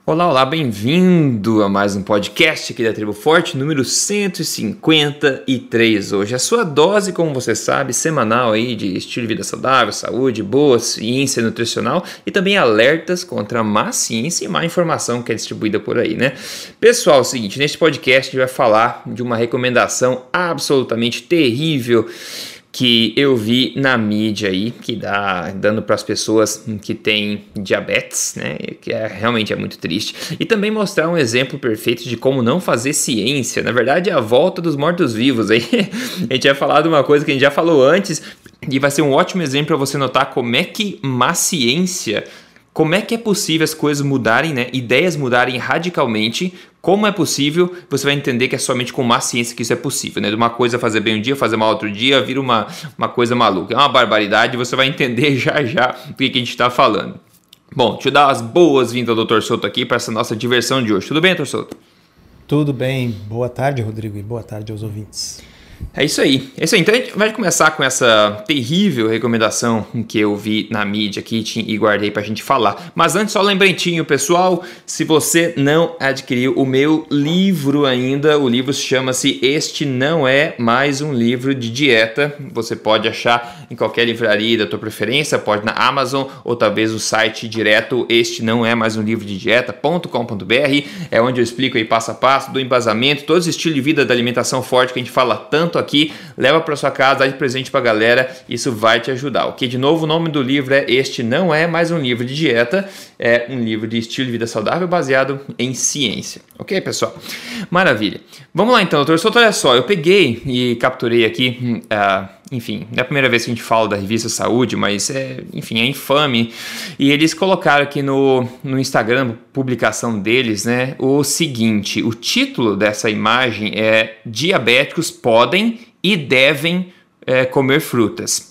Olá, olá, bem-vindo a mais um podcast aqui da Tribo Forte, número 153 hoje. A sua dose, como você sabe, semanal aí de estilo de vida saudável, saúde, boa ciência nutricional e também alertas contra a má ciência e má informação que é distribuída por aí, né? Pessoal, é o seguinte, neste podcast a gente vai falar de uma recomendação absolutamente terrível que eu vi na mídia aí, que dando para as pessoas que têm diabetes, né, que realmente é muito triste, e também mostrar um exemplo perfeito de como não fazer ciência, na verdade é a volta dos mortos-vivos aí. A gente vai falar de uma coisa que a gente já falou antes, e vai ser um ótimo exemplo para você notar como é que má ciência, como é que é possível as coisas mudarem, né, ideias mudarem radicalmente. Como é possível, você vai entender que é somente com má ciência que isso é possível, né? De uma coisa fazer bem um dia, fazer mal outro dia, vira uma coisa maluca. É uma barbaridade, você vai entender já do que a gente está falando. Bom, deixa eu dar as boas-vindas ao Dr. Souto aqui para essa nossa diversão de hoje. Tudo bem, Dr. Souto? Tudo bem. Boa tarde, Rodrigo, e boa tarde aos ouvintes. É isso aí. Então a gente vai começar com essa terrível recomendação que eu vi na mídia aqui e guardei pra gente falar. Mas antes, só um lembretinho, pessoal, se você não adquiriu o meu livro ainda, o livro chama-se Este Não É Mais Um Livro de Dieta. Você pode achar em qualquer livraria da tua preferência, pode na Amazon ou talvez o site direto Este Não É Mais Um Livro de Dieta.com.br. É onde eu explico aí passo a passo do embasamento, todos os estilos de vida da alimentação forte que a gente fala tanto aqui, leva para sua casa, dá de presente para a galera, isso vai te ajudar, ok? De novo, o nome do livro é Este Não É Mais Um Livro de Dieta, é um livro de estilo de vida saudável baseado em ciência, ok, pessoal? Maravilha. Vamos lá então, doutor Souto, olha só, eu peguei e capturei aqui, enfim, não é a primeira vez que a gente fala da revista Saúde, mas é infame, e eles colocaram aqui no Instagram, publicação deles, né, o seguinte, o título dessa imagem é Diabéticos podem e devem comer frutas.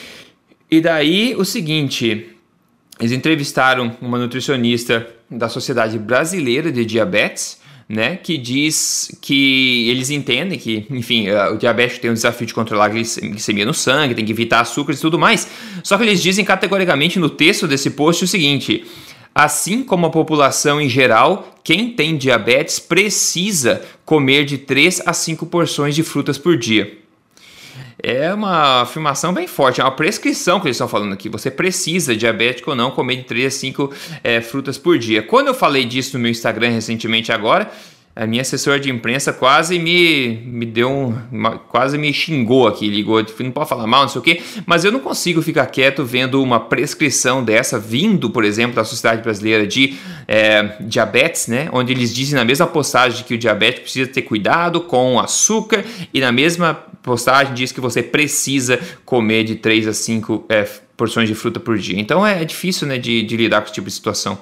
E daí o seguinte, eles entrevistaram uma nutricionista da Sociedade Brasileira de Diabetes, né, que diz que eles entendem que, enfim, o diabético tem um desafio de controlar a glicemia no sangue, tem que evitar açúcares e tudo mais. Só que eles dizem categoricamente no texto desse post o seguinte: assim como a população em geral, quem tem diabetes precisa comer de 3 a 5 porções de frutas por dia. É uma afirmação bem forte, é uma prescrição que eles estão falando aqui. Você precisa, diabético ou não, comer de 3 a 5 frutas por dia. Quando eu falei disso no meu Instagram recentemente agora, a minha assessora de imprensa quase me deu quase me xingou aqui, ligou, não pode falar mal, não sei o quê, mas eu não consigo ficar quieto vendo uma prescrição dessa vindo, por exemplo, da Sociedade Brasileira de Diabetes, né, onde eles dizem na mesma postagem que o diabético precisa ter cuidado com o açúcar e na mesma postagem diz que você precisa comer de 3 a 5 porções de fruta por dia. Então é difícil, né, de lidar com esse tipo de situação.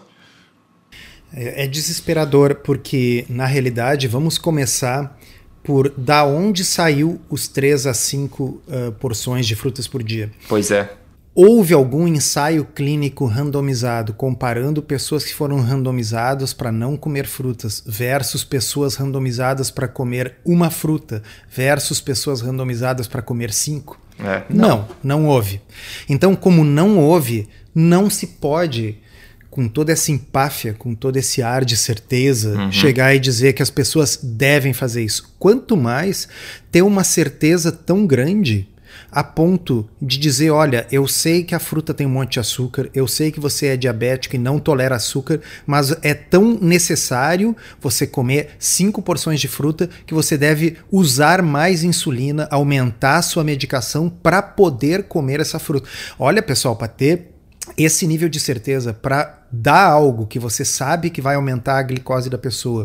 É desesperador porque, na realidade, vamos começar por da onde saiu os 3 a 5 porções de frutas por dia. Pois é. Houve algum ensaio clínico randomizado comparando pessoas que foram randomizadas para não comer frutas versus pessoas randomizadas para comer uma fruta versus pessoas randomizadas para comer 5? Não houve. Então, como não houve, não se pode, com toda essa empáfia, com todo esse ar de certeza, chegar e dizer que as pessoas devem fazer isso. Quanto mais ter uma certeza tão grande a ponto de dizer, olha, eu sei que a fruta tem um monte de açúcar, eu sei que você é diabético e não tolera açúcar, mas é tão necessário você comer 5 porções de fruta que você deve usar mais insulina, aumentar a sua medicação para poder comer essa fruta. Olha, pessoal, para ter esse nível de certeza, para dar algo que você sabe que vai aumentar a glicose da pessoa,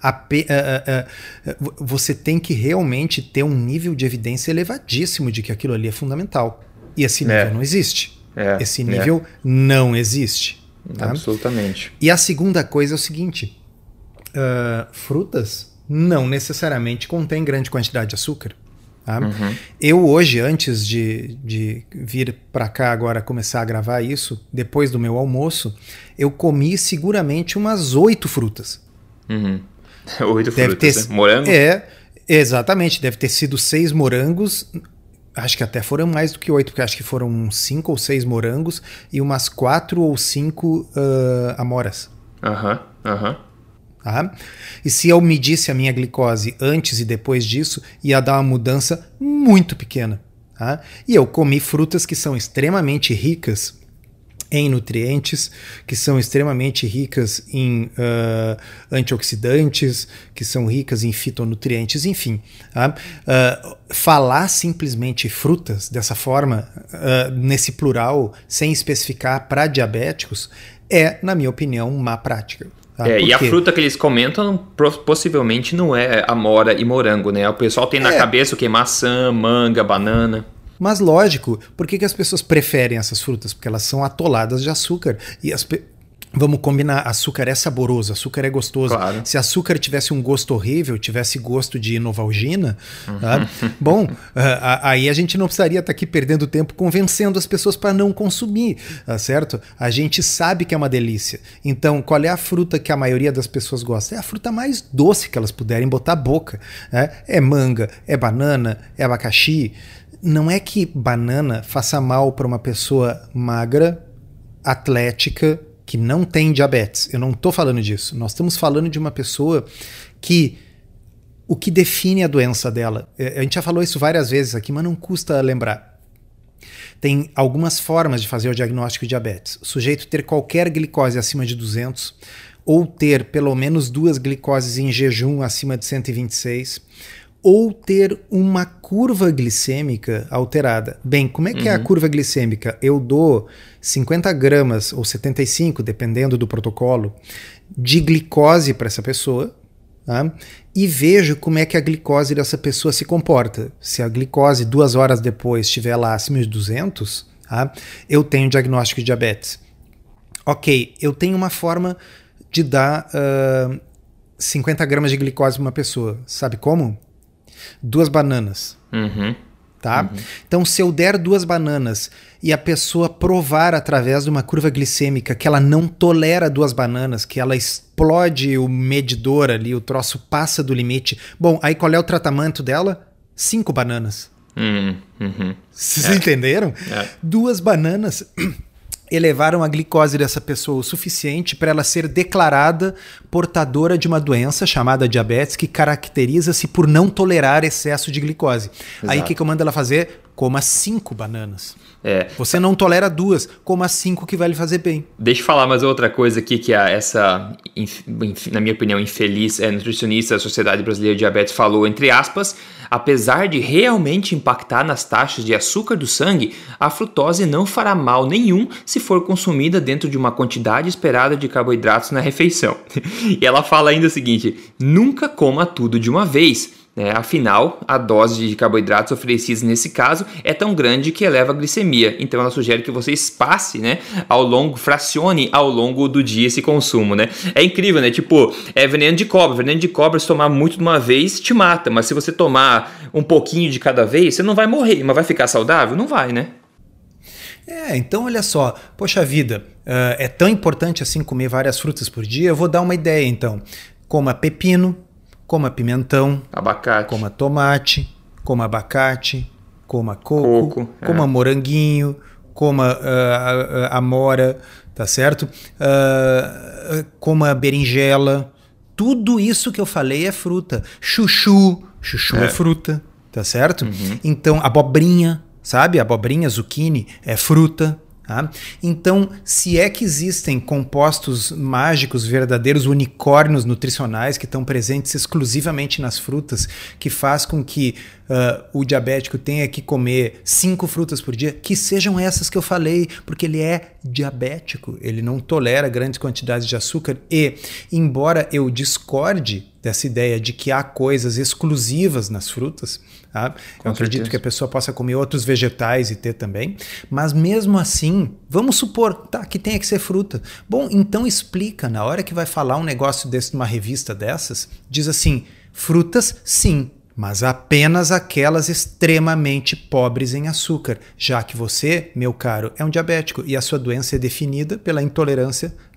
você tem que realmente ter um nível de evidência elevadíssimo de que aquilo ali é fundamental. E esse nível não existe. Esse nível não existe. Tá? Absolutamente. E a segunda coisa é o seguinte, frutas não necessariamente contêm grande quantidade de açúcar. Tá? Eu hoje, antes de vir para cá agora começar a gravar isso, depois do meu almoço, eu comi seguramente umas 8 frutas. 8 frutas, né? Morango? Exatamente, deve ter sido 6 morangos, acho que até foram mais do que 8, porque acho que foram 5 ou 6 morangos e umas 4 ou 5 amoras. Aham. Tá? E se eu medisse a minha glicose antes e depois disso, ia dar uma mudança muito pequena. Tá? E eu comi frutas que são extremamente ricas em nutrientes, que são extremamente ricas em antioxidantes, que são ricas em fitonutrientes, enfim. Tá? Falar simplesmente frutas dessa forma, nesse plural, sem especificar para diabéticos, é, na minha opinião, má prática. Tá? E a fruta que eles comentam possivelmente não é amora e morango, né? O pessoal tem na cabeça o que? Maçã, manga, banana. Mas lógico, por que as pessoas preferem essas frutas? Porque elas são atoladas de açúcar. E vamos combinar, açúcar é saboroso, açúcar é gostoso. Claro. Se açúcar tivesse um gosto horrível, tivesse gosto de Novalgina, tá? Bom, aí a gente não precisaria estar aqui perdendo tempo convencendo as pessoas para não consumir, tá certo? A gente sabe que é uma delícia. Então, qual é a fruta que a maioria das pessoas gosta? É a fruta mais doce que elas puderem botar a boca. Né? É manga, é banana, é abacaxi. Não é que banana faça mal para uma pessoa magra, atlética, que não tem diabetes. Eu não estou falando disso. Nós estamos falando de uma pessoa que o que define a doença dela, a gente já falou isso várias vezes aqui, mas não custa lembrar. Tem algumas formas de fazer o diagnóstico de diabetes. O sujeito ter qualquer glicose acima de 200 ou ter pelo menos 2 glicoses em jejum acima de 126, ou ter uma curva glicêmica alterada. Bem, como é que é a curva glicêmica? Eu dou 50 gramas ou 75, dependendo do protocolo, de glicose para essa pessoa, tá? E vejo como é que a glicose dessa pessoa se comporta. Se a glicose 2 horas depois estiver lá acima de 200, tá? Eu tenho diagnóstico de diabetes. Ok, eu tenho uma forma de dar 50 gramas de glicose para uma pessoa. Sabe como? 2 bananas. Tá? Então, se eu der 2 bananas e a pessoa provar através de uma curva glicêmica que ela não tolera 2 bananas, que ela explode o medidor ali, o troço passa do limite. Bom, aí qual é o tratamento dela? 5 bananas. Vocês entenderam? 2 bananas elevaram a glicose dessa pessoa o suficiente para ela ser declarada portadora de uma doença chamada diabetes, que caracteriza-se por não tolerar excesso de glicose. Exato. Aí o que eu mando ela fazer? Coma 5 bananas. Você não tolera 2, coma 5 que vai lhe fazer bem. Deixa eu falar mais outra coisa aqui, que essa, na minha opinião, infeliz nutricionista da Sociedade Brasileira de Diabetes falou, entre aspas, apesar de realmente impactar nas taxas de açúcar do sangue, a frutose não fará mal nenhum se for consumida dentro de uma quantidade esperada de carboidratos na refeição. E ela fala ainda o seguinte, nunca coma tudo de uma vez. Afinal, a dose de carboidratos oferecidos nesse caso é tão grande que eleva a glicemia. Então ela sugere que você espace, fracione ao longo do dia esse consumo, né? É incrível, né? Tipo, é veneno de cobra. Veneno de cobra, se tomar muito de uma vez, te mata. Mas se você tomar um pouquinho de cada vez, você não vai morrer. Mas vai ficar saudável? Não vai, né? Então olha só. Poxa vida, é tão importante assim comer várias frutas por dia? Eu vou dar uma ideia então. Coma pepino, coma pimentão, abacate, coma tomate, coma abacate, coma coco, coma moranguinho, coma amora, tá certo? Coma berinjela. Tudo isso que eu falei é fruta. Chuchu é fruta, tá certo? Então, abobrinha, sabe? Abobrinha, zucchini é fruta. Tá? Então, se é que existem compostos mágicos, verdadeiros unicórnios nutricionais que estão presentes exclusivamente nas frutas, que faz com que o diabético tenha que comer 5 frutas por dia, que sejam essas que eu falei, porque ele é diabético, ele não tolera grandes quantidades de açúcar e, embora eu discorde dessa ideia de que há coisas exclusivas nas frutas, tá? Eu acredito que a pessoa possa comer outros vegetais e ter também, mas mesmo assim, vamos supor que tenha que ser fruta. Bom, então explica, na hora que vai falar um negócio desse numa revista dessas, diz assim, frutas sim, mas apenas aquelas extremamente pobres em açúcar, já que você, meu caro, é um diabético e a sua doença é definida pela intolerância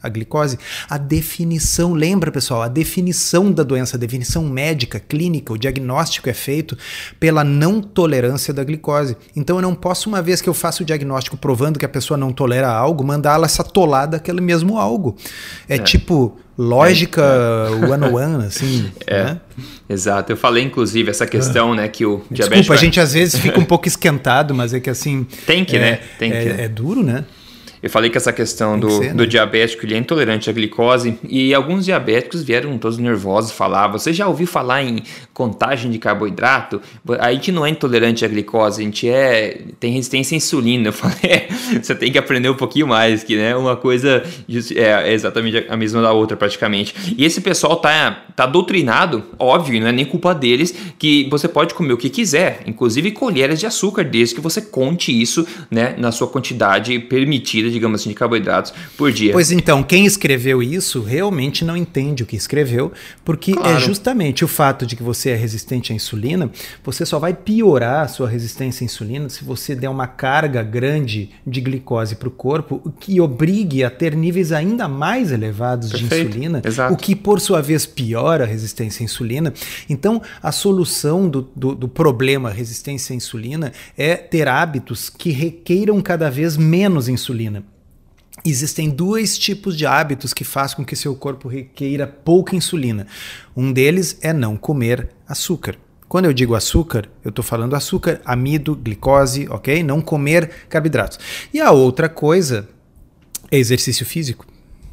a glicose? A definição, lembra pessoal, a definição da doença, a definição médica, clínica, o diagnóstico é feito pela não tolerância da glicose. Então eu não posso, uma vez que eu faço o diagnóstico provando que a pessoa não tolera algo, mandá-la essa tolada aquele mesmo algo. Tipo lógica one-on-one, assim. Né? Exato. Eu falei, inclusive, essa questão, né, que o diabético... Desculpa, a gente às vezes fica um pouco esquentado, mas é que assim... Tem que, né? Tem que. É duro, né? Eu falei que essa questão do diabético, ele é intolerante à glicose, e alguns diabéticos vieram todos nervosos falar, você já ouviu falar em contagem de carboidrato? A gente não é intolerante à glicose, a gente tem resistência à insulina. Eu falei, você tem que aprender um pouquinho mais, que né, uma coisa é exatamente a mesma da outra praticamente. E esse pessoal tá doutrinado, óbvio, não é nem culpa deles, que você pode comer o que quiser, inclusive colheres de açúcar, desde que você conte isso, né, na sua quantidade permitida, digamos assim, de carboidratos por dia. Pois então, quem escreveu isso realmente não entende o que escreveu, porque é justamente o fato de que você é resistente à insulina, você só vai piorar a sua resistência à insulina se você der uma carga grande de glicose para o corpo, o que obrigue a ter níveis ainda mais elevados de insulina, o que por sua vez piora a resistência à insulina. Então, a solução do problema resistência à insulina é ter hábitos que requeiram cada vez menos insulina. Existem dois tipos de hábitos que fazem com que seu corpo requeira pouca insulina. Um deles é não comer açúcar. Quando eu digo açúcar, eu estou falando açúcar, amido, glicose, ok? Não comer carboidratos. E a outra coisa é exercício físico.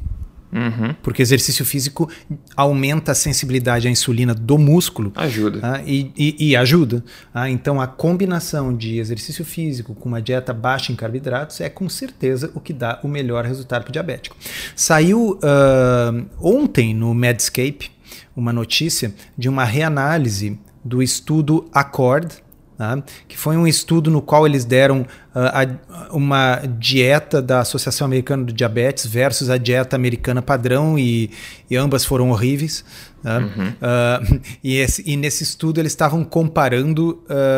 Porque exercício físico aumenta a sensibilidade à insulina do músculo. Ajuda. E ajuda. Então, a combinação de exercício físico com uma dieta baixa em carboidratos é com certeza o que dá o melhor resultado para o diabético. Saiu ontem no Medscape uma notícia de uma reanálise do estudo ACCORD, que foi um estudo no qual eles deram uma dieta da Associação Americana do Diabetes versus a dieta americana padrão e ambas foram horríveis. E nesse estudo eles estavam comparando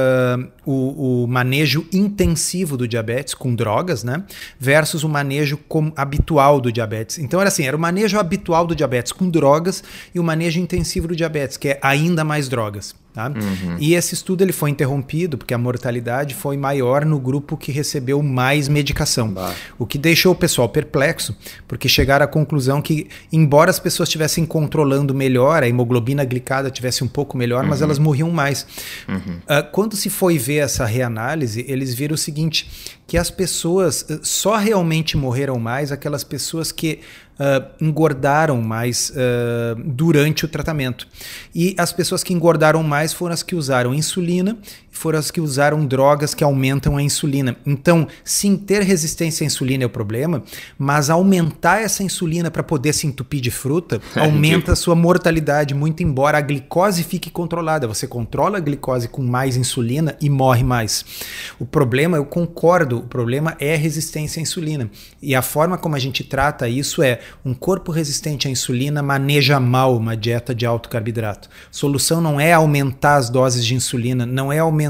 o manejo intensivo do diabetes com drogas, né, versus o manejo habitual do diabetes. Então era o manejo habitual do diabetes com drogas e o manejo intensivo do diabetes, que é ainda mais drogas. E esse estudo ele foi interrompido porque a mortalidade foi maior no grupo que recebeu mais medicação. O que deixou o pessoal perplexo, porque chegaram à conclusão que, embora as pessoas estivessem controlando melhor, a hemoglobina glicada tivesse um pouco melhor, mas elas morriam mais. Quando se foi ver essa reanálise, eles viram o seguinte, que as pessoas só realmente morreram mais aquelas pessoas que engordaram mais durante o tratamento. E as pessoas que engordaram mais foram as que usaram insulina, foram as que usaram drogas que aumentam a insulina. Então, sim, ter resistência à insulina é o problema, mas aumentar essa insulina para poder se entupir de fruta aumenta a sua mortalidade, muito embora a glicose fique controlada. Você controla a glicose com mais insulina e morre mais. O problema, eu concordo, o problema é a resistência à insulina. E a forma como a gente trata isso é um corpo resistente à insulina maneja mal uma dieta de alto carboidrato. A solução não é aumentar as doses de insulina, não é aumentar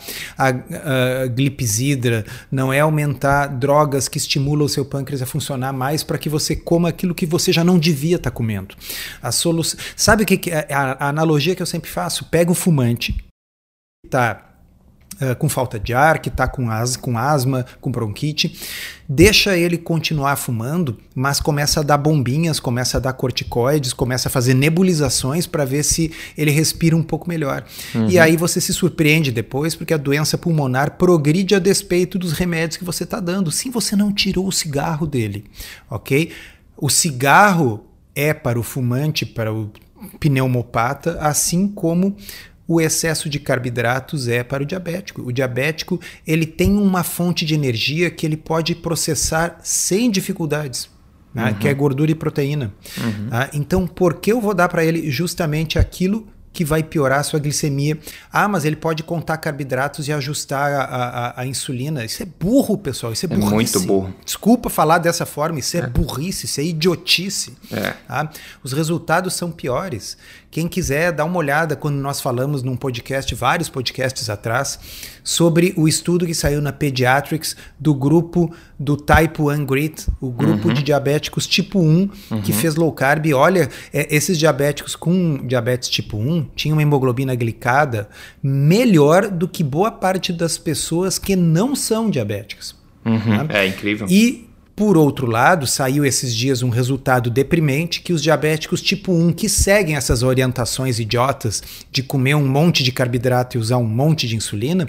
a glipizidra, não é aumentar drogas que estimulam o seu pâncreas a funcionar mais para que você coma aquilo que você já não devia estar comendo. A solução, sabe o que a analogia que eu sempre faço? Pega um fumante que está com falta de ar, que está com asma, com bronquite, deixa ele continuar fumando, mas começa a dar bombinhas, começa a dar corticoides, começa a fazer nebulizações para ver se ele respira um pouco melhor. E aí você se surpreende depois, porque a doença pulmonar progride a despeito dos remédios que você está dando. Sim, você não tirou o cigarro dele, ok? O cigarro é para o fumante, para o pneumopata, assim como o excesso de carboidratos é para o diabético. O diabético, ele tem uma fonte de energia que ele pode processar sem dificuldades, que é gordura e proteína. Então, por que eu vou dar para ele justamente aquilo que vai piorar a sua glicemia. Ah, mas ele pode contar carboidratos e ajustar a insulina. Isso é burro, pessoal, isso é burrice. Muito burro. Desculpa falar dessa forma, isso é burrice, isso é idiotice. Tá? Os resultados são piores. Quem quiser, dá uma olhada quando nós falamos num podcast, vários podcasts atrás, sobre o estudo que saiu na Pediatrics do grupo do Type 1 GRIT, o grupo de diabéticos tipo 1 que fez low carb. E olha, esses diabéticos com diabetes tipo 1 tinham uma hemoglobina glicada melhor do que boa parte das pessoas que não são diabéticas. Tá? É incrível. E por outro lado, saiu esses dias um resultado deprimente que os diabéticos tipo 1 que seguem essas orientações idiotas de comer um monte de carboidrato e usar um monte de insulina,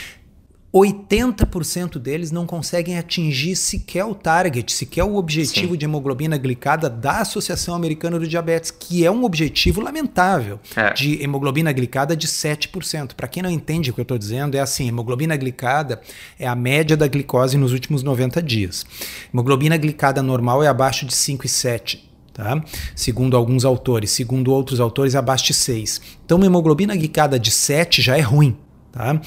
80% deles não conseguem atingir sequer o target, sequer o objetivo de hemoglobina glicada da Associação Americana do Diabetes, que é um objetivo lamentável, de hemoglobina glicada de 7%. Para quem não entende o que eu estou dizendo, é assim, hemoglobina glicada é a média da glicose nos últimos 90 dias. Hemoglobina glicada normal é abaixo de 5,7. Tá? Segundo alguns autores, segundo outros autores, abaixo de 6. Então, uma hemoglobina glicada de 7 já é ruim. Tá?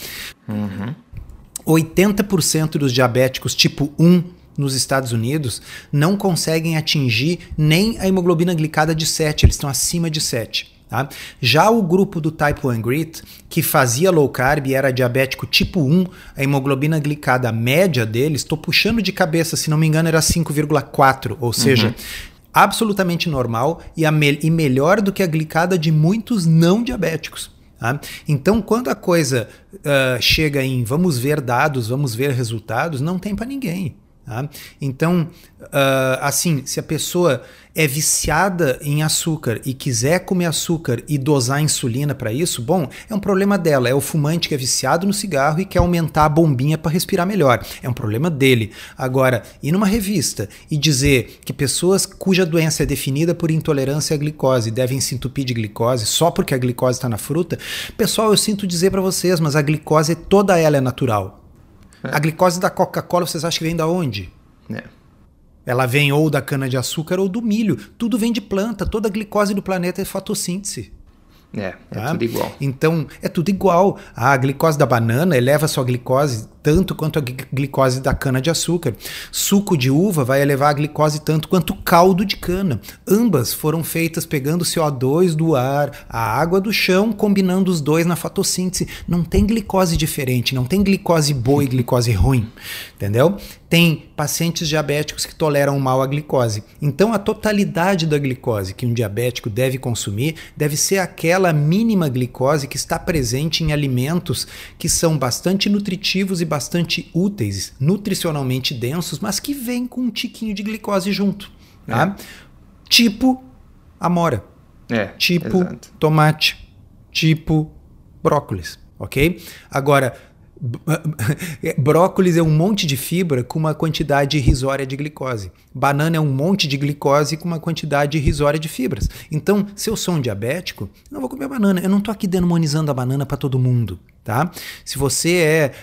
80% dos diabéticos tipo 1 nos Estados Unidos não conseguem atingir nem a hemoglobina glicada de 7, eles estão acima de 7. Tá? Já o grupo do Type 1 GRIT, que fazia low carb e era diabético tipo 1, a hemoglobina glicada média deles, estou puxando de cabeça, se não me engano era 5,4, ou seja, absolutamente normal e melhor do que a glicada de muitos não diabéticos. Tá? Então, quando a coisa chega em vamos ver dados, vamos ver resultados, não tem para ninguém. Tá? Então, assim, se a pessoa é viciada em açúcar e quiser comer açúcar e dosar insulina para isso, bom, é um problema dela. É o fumante que é viciado no cigarro e quer aumentar a bombinha para respirar melhor. É um problema dele. Agora, ir numa revista e dizer que pessoas cuja doença é definida por intolerância à glicose devem se entupir de glicose só porque a glicose está na fruta, pessoal, eu sinto dizer para vocês, mas a glicose toda ela é natural. A glicose da Coca-Cola, vocês acham que vem da onde? Ela vem ou da cana-de-açúcar ou do milho. Tudo vem de planta. Toda a glicose do planeta é fotossíntese. É tudo igual. Então, é tudo igual. A glicose da banana eleva a sua glicose tanto quanto a glicose da cana-de-açúcar. Suco de uva vai elevar a glicose tanto quanto o caldo de cana. Ambas foram feitas pegando o CO2 do ar, a água do chão, combinando os dois na fotossíntese. Não tem glicose diferente, não tem glicose boa e glicose ruim, entendeu? Tem pacientes diabéticos que toleram mal a glicose. Então, a totalidade da glicose que um diabético deve consumir deve ser aquela mínima glicose que está presente em alimentos que são bastante nutritivos e bastante úteis, nutricionalmente densos, mas que vêm com um tiquinho de glicose junto. Tá? Tipo amora, tipo tomate, tipo brócolis, ok? Agora, brócolis é um monte de fibra com uma quantidade irrisória de glicose. Banana é um monte de glicose com uma quantidade irrisória de fibras. Então, se eu sou um diabético, eu não vou comer banana. Eu não estou aqui demonizando a banana para todo mundo. Tá? Se você é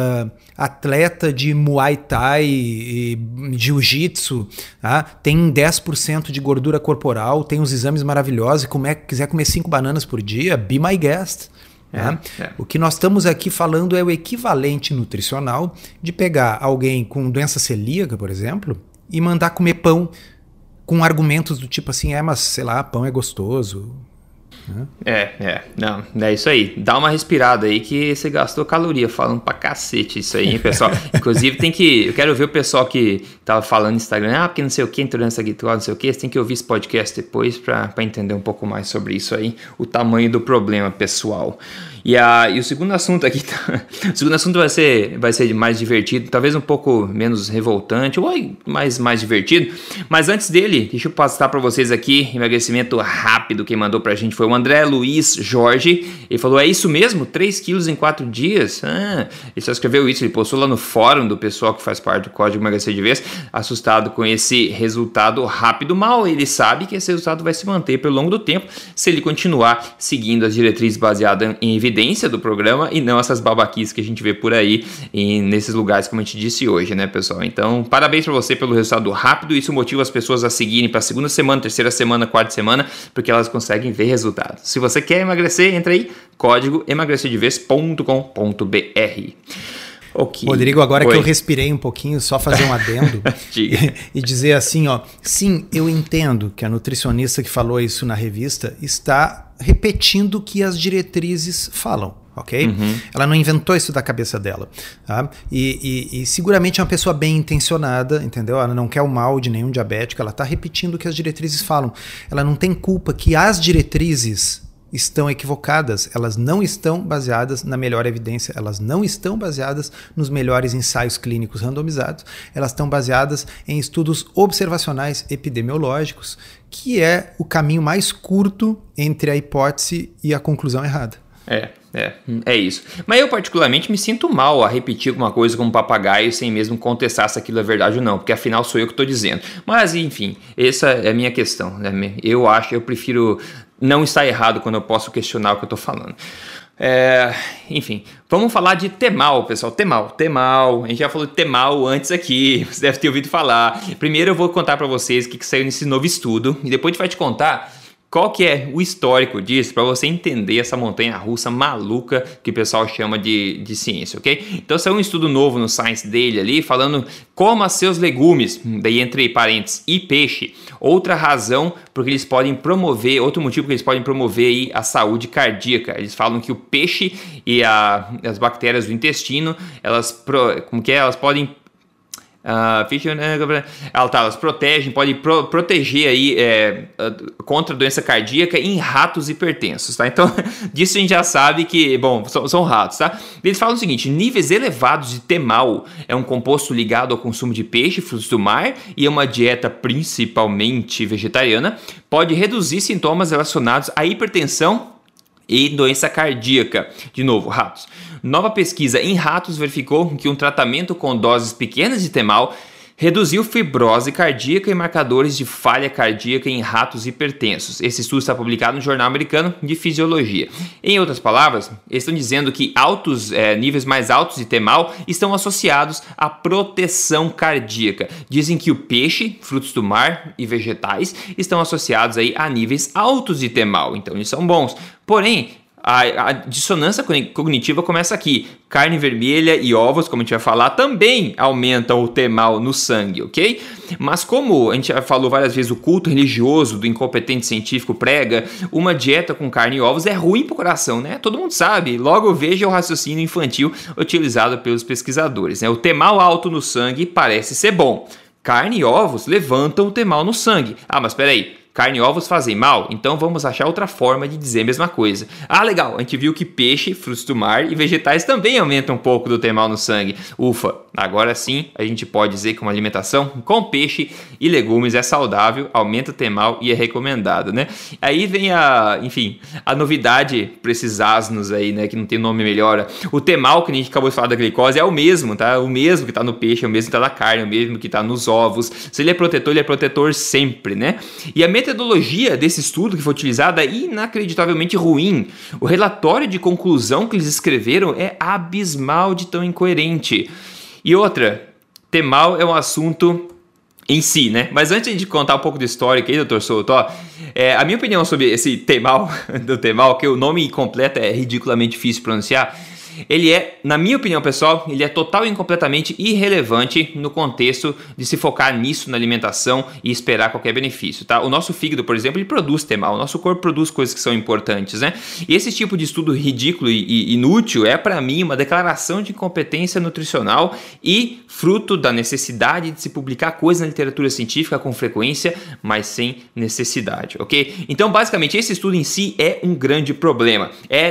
atleta de Muay Thai e Jiu-Jitsu, tá? Tem 10% de gordura corporal, tem uns exames maravilhosos e quiser comer 5 bananas por dia, be my guest. O que nós estamos aqui falando é o equivalente nutricional de pegar alguém com doença celíaca, por exemplo, e mandar comer pão com argumentos do tipo assim, mas sei lá, pão é gostoso. Não, é isso aí. Dá uma respirada aí que você gastou caloria falando pra cacete isso aí, hein, pessoal. Inclusive eu quero ver o pessoal que tava falando no Instagram, porque não sei o que, intolerância à glicose, não sei o que, você tem que ouvir esse podcast depois pra entender um pouco mais sobre isso aí, o tamanho do problema, pessoal. E o segundo assunto aqui, o segundo assunto vai ser mais divertido, talvez um pouco menos revoltante, ou mais divertido, mas antes dele, deixa eu passar para vocês aqui, emagrecimento rápido, quem mandou pra gente foi o André Luiz Jorge, ele falou, é isso mesmo? 3 quilos em 4 dias? Ele só escreveu isso, ele postou lá no fórum do pessoal que faz parte do Código Emagrecer de Vez, assustado com esse resultado rápido, mal ele sabe que esse resultado vai se manter pelo longo do tempo, se ele continuar seguindo as diretrizes baseadas em evidência. evidência do programa e não essas babaquices que a gente vê por aí nesses lugares, como a gente disse hoje, né, pessoal? Então, parabéns para você pelo resultado rápido. Isso motiva as pessoas a seguirem para a segunda semana, terceira semana, quarta semana, porque elas conseguem ver resultados. Se você quer emagrecer, entra aí, código emagrecerdevez.com.br. Okay. Rodrigo, agora que eu respirei um pouquinho, só fazer um adendo e dizer assim, ó, sim, eu entendo que a nutricionista que falou isso na revista está repetindo o que as diretrizes falam, ok? Ela não inventou isso da cabeça dela, tá? E seguramente é uma pessoa bem intencionada, entendeu? Ela não quer o mal de nenhum diabético, ela está repetindo o que as diretrizes falam. Ela não tem culpa que as diretrizes estão equivocadas, elas não estão baseadas na melhor evidência, elas não estão baseadas nos melhores ensaios clínicos randomizados, elas estão baseadas em estudos observacionais epidemiológicos, que é o caminho mais curto entre a hipótese e a conclusão errada. É isso. Mas eu particularmente me sinto mal a repetir alguma coisa como papagaio sem mesmo contestar se aquilo é verdade ou não, porque afinal sou eu que estou dizendo. Mas enfim, essa é a minha questão, né? Eu prefiro não estar errado quando eu posso questionar o que eu estou falando. Enfim, vamos falar de Temal, pessoal. Temal. A gente já falou de Temal antes aqui, você deve ter ouvido falar. Primeiro eu vou contar para vocês o que saiu nesse novo estudo e depois a gente vai te contar qual que é o histórico disso, para você entender essa montanha-russa maluca que o pessoal chama de ciência, ok? Então saiu um estudo novo no Science Daily ali, falando coma seus legumes, daí entre parênteses, e peixe. Outro motivo porque eles podem promover aí a saúde cardíaca. Eles falam que o peixe e as bactérias do intestino, elas podem... elas protegem, podem proteger aí contra a doença cardíaca em ratos hipertensos, tá? Então, disso a gente já sabe que, bom, são ratos, tá? Eles falam o seguinte: níveis elevados de temal é um composto ligado ao consumo de peixe, frutos do mar e a uma dieta principalmente vegetariana, pode reduzir sintomas relacionados à hipertensão e doença cardíaca. De novo, ratos. Nova pesquisa em ratos verificou que um tratamento com doses pequenas de temal reduziu fibrose cardíaca e marcadores de falha cardíaca em ratos hipertensos. Esse estudo está publicado no Jornal Americano de Fisiologia. Em outras palavras, eles estão dizendo que níveis mais altos de temal estão associados à proteção cardíaca. Dizem que o peixe, frutos do mar e vegetais estão associados aí a níveis altos de temal, então eles são bons. Porém, a dissonância cognitiva começa aqui. Carne vermelha e ovos, como a gente vai falar, também aumentam o temal no sangue, ok? Mas como a gente já falou várias vezes, o culto religioso do incompetente científico prega, uma dieta com carne e ovos é ruim para o coração, né? Todo mundo sabe. Logo veja o raciocínio infantil utilizado pelos pesquisadores, né? O temal alto no sangue parece ser bom. Carne e ovos levantam o temal no sangue. Ah, mas peraí. Carne e ovos fazem mal? Então vamos achar outra forma de dizer a mesma coisa. Ah, legal, a gente viu que peixe, frutos do mar e vegetais também aumentam um pouco do temal no sangue. Ufa, agora sim a gente pode dizer que uma alimentação com peixe e legumes é saudável, aumenta o temal e é recomendado, né? Aí vem a novidade para esses asnos aí, né, que não tem nome melhor. O temal que a gente acabou de falar da glicose é o mesmo, tá? O mesmo que está no peixe, é o mesmo que está na carne, é o mesmo que está nos ovos. Se ele é protetor sempre, né? E a metodologia desse estudo que foi utilizada é inacreditavelmente ruim. O relatório de conclusão que eles escreveram é abismal de tão incoerente. E outra, temal é um assunto em si, né? Mas antes de contar um pouco do histórico aí, Dr. Souto, a minha opinião sobre esse temal, do temal, que o nome completo é ridiculamente difícil de pronunciar, ele é, na minha opinião pessoal, ele é total e completamente irrelevante no contexto de se focar nisso na alimentação e esperar qualquer benefício, tá? O nosso fígado, por exemplo, ele produz temal, o nosso corpo produz coisas que são importantes, né? E esse tipo de estudo ridículo e inútil é, para mim, uma declaração de incompetência nutricional e fruto da necessidade de se publicar coisas na literatura científica com frequência, mas sem necessidade, ok? Então, basicamente, esse estudo em si é um grande problema.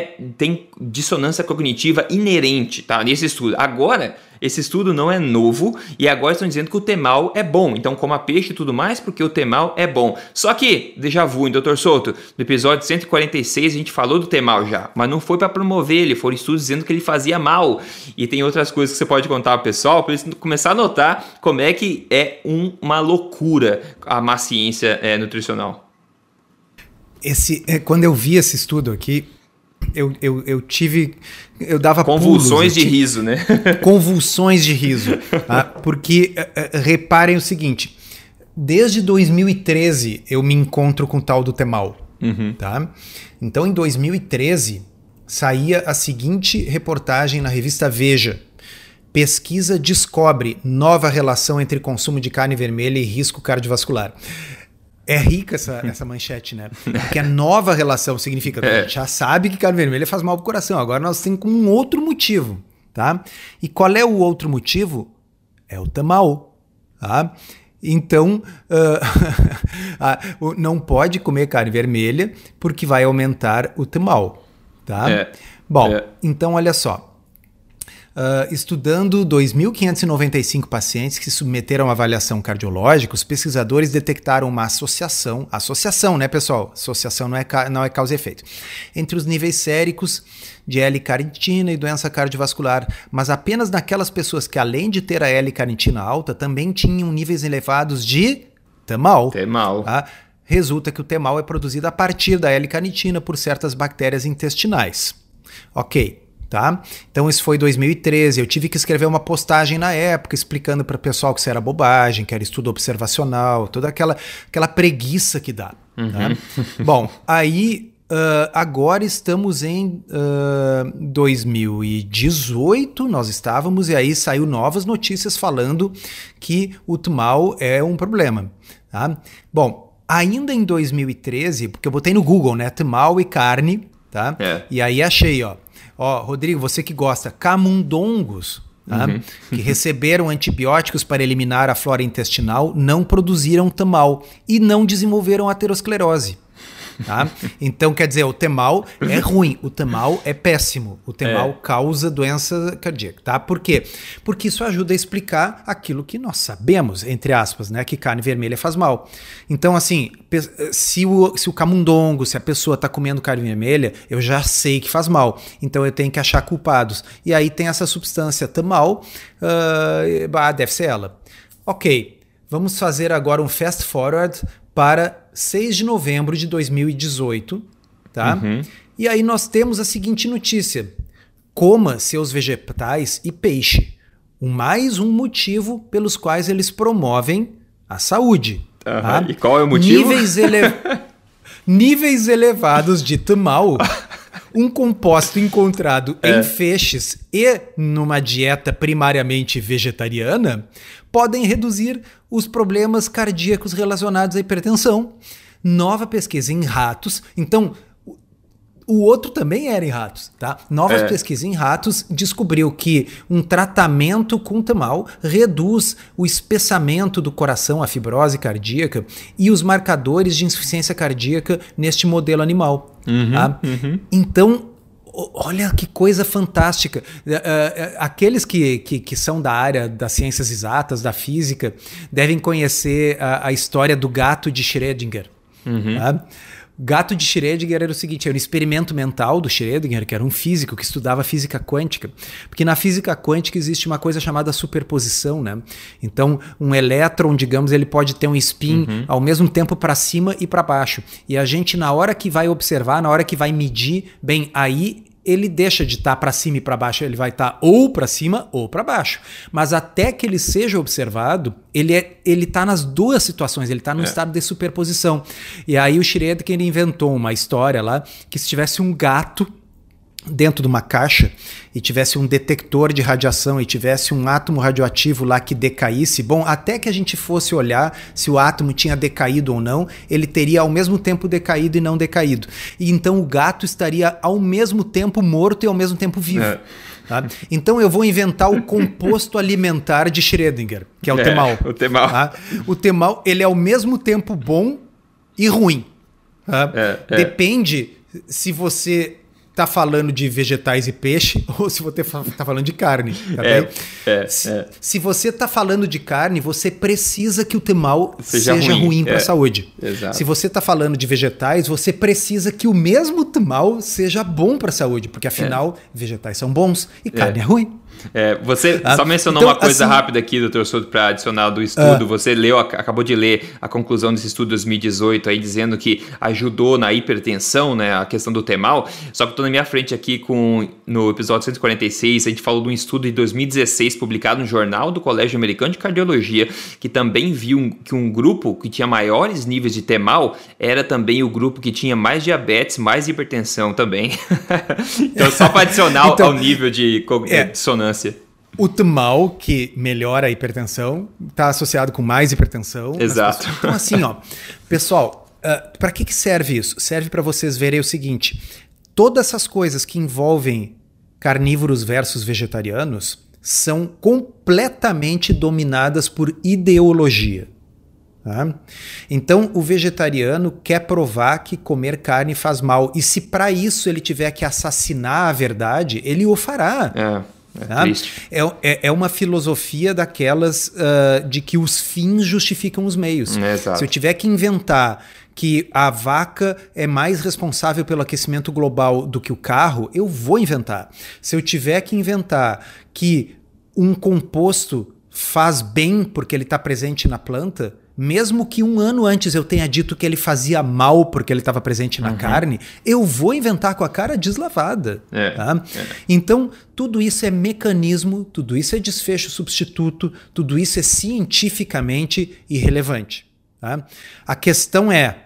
Tem dissonância cognitiva inerente, tá, nesse estudo. Agora, esse estudo não é novo e agora estão dizendo que o temal é bom. Então, coma peixe e tudo mais porque o temal é bom. Só que, déjà vu, hein, Dr. Souto? No episódio 146 a gente falou do temal já, mas não foi para promover ele, foram estudos dizendo que ele fazia mal. E tem outras coisas que você pode contar ao pessoal para eles começar a notar como é que é uma loucura a má ciência nutricional. Quando eu vi esse estudo aqui, eu dava convulsões de riso, né? Convulsões de riso. Tá? Porque, reparem o seguinte, desde 2013 eu me encontro com o tal do Temal. Tá? Então, em 2013, saía a seguinte reportagem na revista Veja. Pesquisa descobre nova relação entre consumo de carne vermelha e risco cardiovascular. É rica essa manchete, né? Porque a nova relação significa que a gente já sabe que carne vermelha faz mal pro coração. Agora nós temos um outro motivo, tá? E qual é o outro motivo? É o tamal, tá? Então, não pode comer carne vermelha porque vai aumentar o tamal, tá? Então olha só. Estudando 2.595 pacientes que se submeteram à avaliação cardiológica, os pesquisadores detectaram uma associação, né, pessoal? Associação não é causa e efeito, entre os níveis séricos de L-carnitina e doença cardiovascular, mas apenas naquelas pessoas que, além de ter a L-carnitina alta, também tinham níveis elevados de tamal. Tá? Resulta que o tamal é produzido a partir da L-carnitina por certas bactérias intestinais. Ok. Tá? Então isso foi em 2013, eu tive que escrever uma postagem na época explicando para o pessoal que isso era bobagem, que era estudo observacional, toda aquela preguiça que dá. Tá? Bom, aí agora estamos em 2018, nós estávamos, e aí saiu novas notícias falando que o tamal é um problema. Tá? Bom, ainda em 2013, porque eu botei no Google, né, tamal e carne, tá? E aí achei, Rodrigo, você que gosta, camundongos, tá? Que receberam antibióticos para eliminar a flora intestinal, não produziram tamal e não desenvolveram aterosclerose. Tá? Então, quer dizer, o tamal é ruim, o tamal é péssimo, o tamal causa doença cardíaca, tá? Por quê? Porque isso ajuda a explicar aquilo que nós sabemos, entre aspas, né? Que carne vermelha faz mal. Então, assim, se o camundongo, se a pessoa está comendo carne vermelha, eu já sei que faz mal, então eu tenho que achar culpados. E aí tem essa substância tamal, deve ser ela. Ok, vamos fazer agora um fast forward para 6 de novembro de 2018, tá? E aí nós temos a seguinte notícia: coma seus vegetais e peixe. Mais um motivo pelos quais eles promovem a saúde. Tá? E qual é o motivo? Níveis elevados de tamal, um composto encontrado em feixes e numa dieta primariamente vegetariana, podem reduzir os problemas cardíacos relacionados à hipertensão. Nova pesquisa em ratos. Então, o outro também era em ratos, tá? Novas pesquisas em ratos descobriu que um tratamento com tamal reduz o espessamento do coração, a fibrose cardíaca e os marcadores de insuficiência cardíaca neste modelo animal. Tá? Então, olha que coisa fantástica. Aqueles que são da área das ciências exatas, da física, devem conhecer a história do gato de Schrödinger. Tá? Gato de Schrödinger era o seguinte, era um experimento mental do Schrödinger, que era um físico que estudava física quântica, porque na física quântica existe uma coisa chamada superposição, né? Então, um elétron, digamos, ele pode ter um spin ao mesmo tempo para cima e para baixo. E a gente, na hora que vai observar, na hora que vai medir, bem, aí ele deixa de estar para cima e para baixo, ele vai estar ou para cima ou para baixo. Mas até que ele seja observado, ele está nas duas situações, ele está no estado de superposição. E aí o Schrödinger inventou uma história lá, que se tivesse um gato dentro de uma caixa e tivesse um detector de radiação e tivesse um átomo radioativo lá que decaísse, bom, até que a gente fosse olhar se o átomo tinha decaído ou não, ele teria ao mesmo tempo decaído e não decaído. E então o gato estaria ao mesmo tempo morto e ao mesmo tempo vivo. Tá? Então eu vou inventar o composto alimentar de Schrödinger, que é o tamal. O tamal. Tá? O tamal, ele é ao mesmo tempo bom e ruim. Tá? Depende se você está falando de vegetais e peixe ou se você está falando de carne. Tá bem? Se você está falando de carne, você precisa que o tamal seja ruim para a saúde. Exato. Se você está falando de vegetais, você precisa que o mesmo tamal seja bom para a saúde, porque afinal, vegetais são bons e carne é ruim. Você só mencionou uma coisa rápida aqui, doutor Souto, para adicionar do estudo. Você acabou de ler a conclusão desse estudo de 2018 aí, dizendo que ajudou na hipertensão, né, a questão do Temal. Só que eu estou na minha frente aqui no episódio 146, a gente falou de um estudo de 2016 publicado no Jornal do Colégio Americano de Cardiologia, que também viu que um grupo que tinha maiores níveis de Temal era também o grupo que tinha mais diabetes, mais hipertensão também. Então, só para adicionar ao nível de dissonância. O Temal, que melhora a hipertensão, está associado com mais hipertensão. Exato. Então, assim, pessoal, para que serve isso? Serve para vocês verem o seguinte: todas essas coisas que envolvem carnívoros versus vegetarianos são completamente dominadas por ideologia. Tá? Então, o vegetariano quer provar que comer carne faz mal. E se para isso ele tiver que assassinar a verdade, ele o fará. Tá? É uma filosofia daquelas de que os fins justificam os meios. Exato. Se eu tiver que inventar que a vaca é mais responsável pelo aquecimento global do que o carro, eu vou inventar. Se eu tiver que inventar que um composto faz bem porque ele está presente na planta, mesmo que um ano antes eu tenha dito que ele fazia mal porque ele estava presente na carne, eu vou inventar com a cara deslavada. Tá? Então, tudo isso é mecanismo, tudo isso é desfecho substituto, tudo isso é cientificamente irrelevante. Tá? A questão é: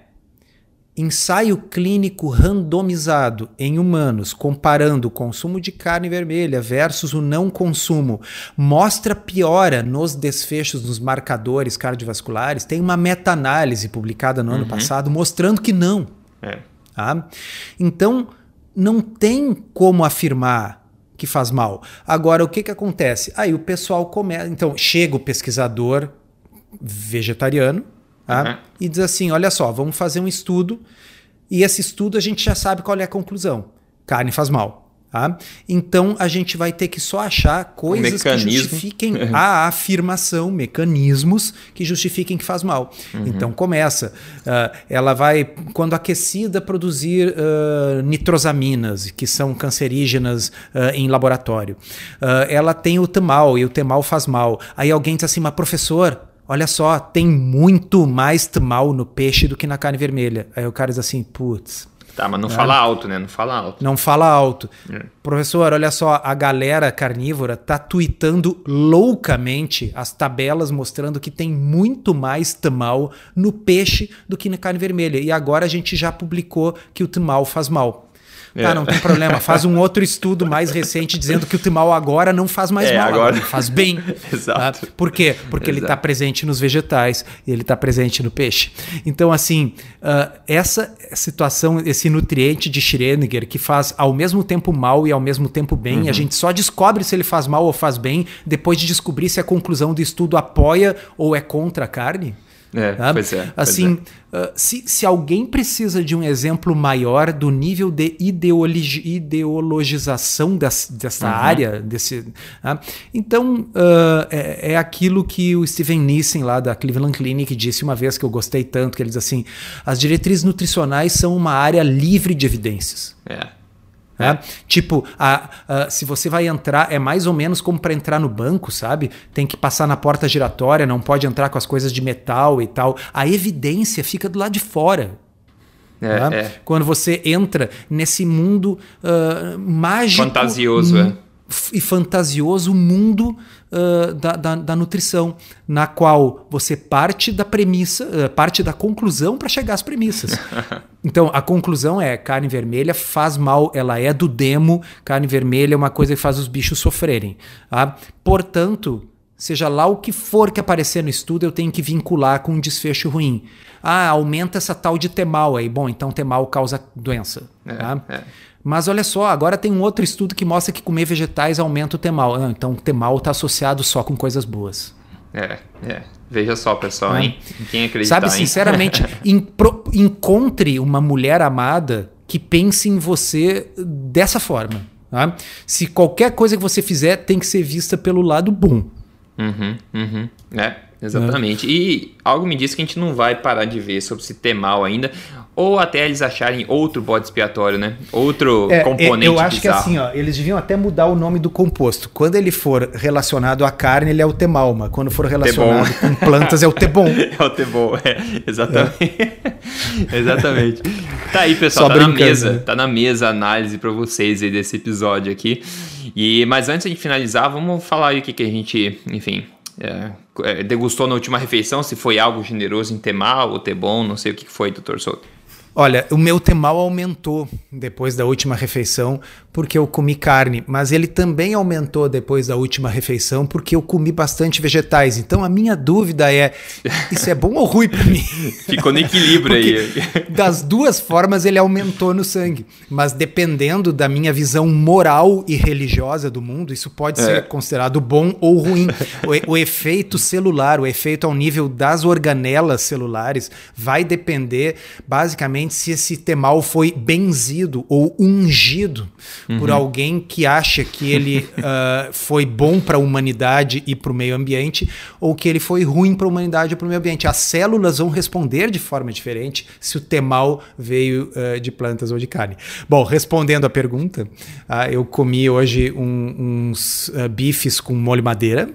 ensaio clínico randomizado em humanos, comparando o consumo de carne vermelha versus o não consumo, mostra piora nos desfechos dos marcadores cardiovasculares. Tem uma meta-análise publicada no ano passado mostrando que não. Tá? Então, não tem como afirmar que faz mal. Agora, o que acontece? Aí o pessoal começa... Então, chega o pesquisador vegetariano, e diz assim: olha só, vamos fazer um estudo, e esse estudo a gente já sabe qual é a conclusão: carne faz mal. Tá? Então a gente vai ter que só achar coisas que justifiquem a afirmação, mecanismos que justifiquem que faz mal. Então começa, ela vai, quando aquecida, produzir nitrosaminas, que são cancerígenas em laboratório. Ela tem o Temal, e o Temal faz mal. Aí alguém diz assim: mas professor, olha só, tem muito mais Temal no peixe do que na carne vermelha. Aí o cara diz assim: putz. Tá, mas não fala alto, né? Não fala alto. Não fala alto. Professor, olha só, a galera carnívora tá tweetando loucamente as tabelas mostrando que tem muito mais Temal no peixe do que na carne vermelha. E agora a gente já publicou que o Temal faz mal. Tá, não tem problema. Faz um outro estudo mais recente dizendo que o Temal agora não faz mais mal, agora ele faz bem. Exato. Tá? Por quê? Porque ele está presente nos vegetais e ele está presente no peixe. Então, assim, essa situação, esse nutriente de Schrödinger que faz ao mesmo tempo mal e ao mesmo tempo bem, a gente só descobre se ele faz mal ou faz bem depois de descobrir se a conclusão do estudo apoia ou é contra a carne. Tá? Pois é. Assim, se alguém precisa de um exemplo maior do nível de ideologização dessa área, então é aquilo que o Steven Nissen lá da Cleveland Clinic disse uma vez, que eu gostei tanto, que ele diz assim: as diretrizes nutricionais são uma área livre de evidências. Tipo, se você vai entrar, é mais ou menos como para entrar no banco, sabe? Tem que passar na porta giratória, não pode entrar com as coisas de metal e tal. A evidência fica do lado de fora. Quando você entra nesse mundo mágico, fantasioso, e fantasioso mundo da nutrição, na qual você parte da premissa, parte da conclusão para chegar às premissas. Então, a conclusão é: carne vermelha faz mal, ela é do demo, carne vermelha é uma coisa que faz os bichos sofrerem. Tá? Portanto, seja lá o que for que aparecer no estudo, eu tenho que vincular com um desfecho ruim. Aumenta essa tal de Temal aí. Bom, então Temal causa doença. Mas olha só, agora tem um outro estudo que mostra que comer vegetais aumenta o Temal. Então o Temal está associado só com coisas boas. Veja só, pessoal, hein? Quem acreditar, sabe, sinceramente, encontre uma mulher amada que pense em você dessa forma. Tá? Se qualquer coisa que você fizer tem que ser vista pelo lado bom. Exatamente. E algo me diz que a gente não vai parar de ver sobre esse Temal ainda. ou até eles acharem outro bode expiatório, né? Outro componente eu acho bizarro. Que assim, ó, eles deviam até mudar o nome do composto. Quando ele for relacionado à carne, ele é o temalma. Quando for relacionado com plantas, é o tebom. É o tebom, exatamente. Exatamente. Tá aí, pessoal, Só tá na brincando, mesa. né? Tá na mesa a análise pra vocês aí desse episódio aqui. Mas antes de finalizar, vamos falar aí o que a gente, enfim, degustou na última refeição, se foi algo generoso em ter mal ou ter bom, não sei o que foi, Dr. Souto. Olha, o meu temal aumentou depois da última refeição porque eu comi carne, mas ele também aumentou depois da última refeição porque eu comi bastante vegetais. Então a minha dúvida é, isso é bom ou ruim para mim? Ficou no equilíbrio aí. Das duas formas ele aumentou no sangue, mas dependendo da minha visão moral e religiosa do mundo, isso pode ser considerado bom ou ruim. O efeito celular, o efeito ao nível das organelas celulares vai depender basicamente se esse temal foi benzido ou ungido por alguém que acha que ele foi bom para a humanidade e para o meio ambiente, ou que ele foi ruim para a humanidade e para o meio ambiente. As células vão responder de forma diferente se o temal veio de plantas ou de carne. Bom, respondendo à pergunta, eu comi hoje uns bifes com molho madeira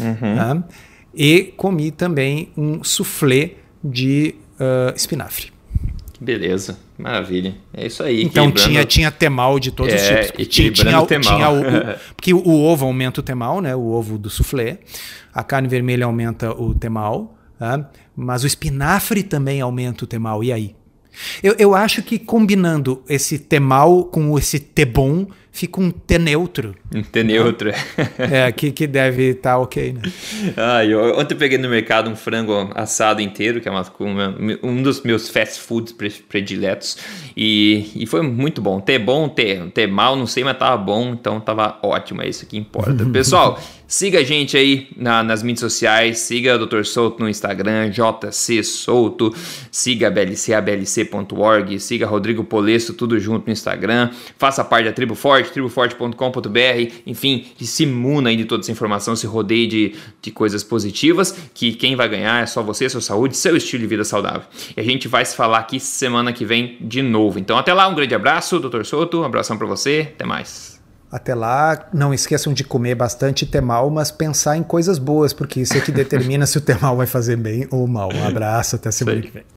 e comi também um soufflé de espinafre. Beleza, maravilha. É isso aí. Então tinha temal de todos os tipos. Equilibrando o temal. Porque o ovo aumenta o temal, né? O ovo do soufflé. A carne vermelha aumenta o temal. Tá? Mas o espinafre também aumenta o temal. E aí? Eu acho que combinando esse temal com esse tebom, fica um T neutro. Um T neutro. Que deve estar ok, né? Ontem eu peguei no mercado um frango assado inteiro, que é um dos meus fast foods prediletos. E foi muito bom. Ter bom, ter mal, não sei, mas tava bom, então tava ótimo. É isso que importa. Pessoal, siga a gente aí nas mídias sociais. Siga o Dr. Souto no Instagram, JC Souto. Siga a BLC, ablc.org. Siga Rodrigo Polesso, tudo junto no Instagram. Faça parte da Tribo Forte, triboforte.com.br. Enfim, se imuna aí de toda essa informação, se rodeie de coisas positivas, que quem vai ganhar é só você, sua saúde, seu estilo de vida saudável. E a gente vai se falar aqui semana que vem de novo. Então até lá, um grande abraço, Dr. Souto, um abração pra você, até mais. Até lá, não esqueçam de comer bastante temal, mas pensar em coisas boas, porque isso é que determina se o temal vai fazer bem ou mal. Um abraço, até semana que vem.